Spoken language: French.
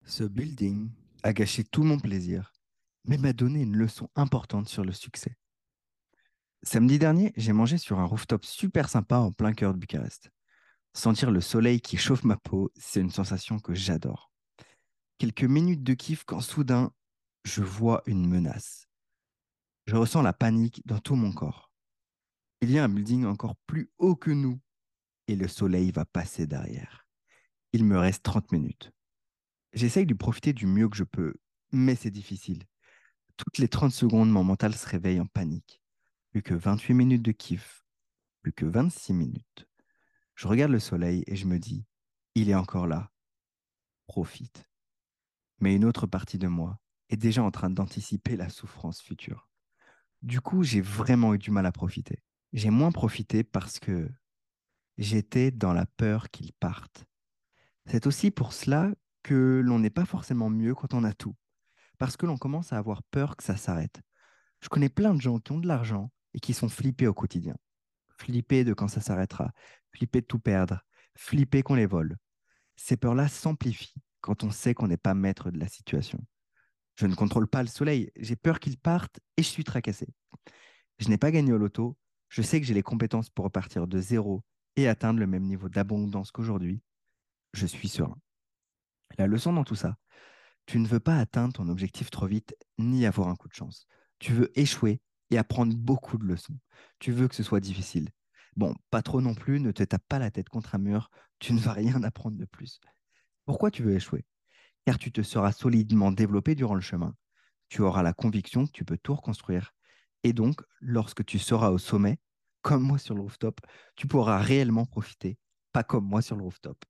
Ce building a gâché tout mon plaisir, mais m'a donné une leçon importante sur le succès. Samedi dernier, j'ai mangé sur un rooftop super sympa en plein cœur de Bucarest. Sentir le soleil qui chauffe ma peau, c'est une sensation que j'adore. Quelques minutes de kiff quand soudain, je vois une menace. Je ressens la panique dans tout mon corps. Il y a un building encore plus haut que nous et le soleil va passer derrière. Il me reste 30 minutes. J'essaye de profiter du mieux que je peux, mais c'est difficile. Toutes les 30 secondes, mon mental se réveille en panique. Plus que 28 minutes de kiff, plus que 26 minutes. Je regarde le soleil et je me dis, il est encore là, profite. Mais une autre partie de moi est déjà en train d'anticiper la souffrance future. Du coup, j'ai vraiment eu du mal à profiter. J'ai moins profité parce que j'étais dans la peur qu'ils partent. C'est aussi pour cela que l'on n'est pas forcément mieux quand on a tout, parce que l'on commence à avoir peur que ça s'arrête. Je connais plein de gens qui ont de l'argent et qui sont flippés au quotidien. Flippés de quand ça s'arrêtera, flippés de tout perdre, flippés qu'on les vole. Ces peurs-là s'amplifient quand on sait qu'on n'est pas maître de la situation. Je ne contrôle pas le soleil, j'ai peur qu'il parte et je suis tracassé. Je n'ai pas gagné au loto, je sais que j'ai les compétences pour repartir de zéro et atteindre le même niveau d'abondance qu'aujourd'hui. Je suis serein. La leçon dans tout ça, tu ne veux pas atteindre ton objectif trop vite ni avoir un coup de chance. Tu veux échouer et apprendre beaucoup de leçons. Tu veux que ce soit difficile. Bon, pas trop non plus, ne te tape pas la tête contre un mur, tu ne vas rien apprendre de plus. Pourquoi tu veux échouer? Car tu te seras solidement développé durant le chemin. Tu auras la conviction que tu peux tout reconstruire. Et donc, lorsque tu seras au sommet, comme moi sur le rooftop, tu pourras réellement profiter, pas comme moi sur le rooftop.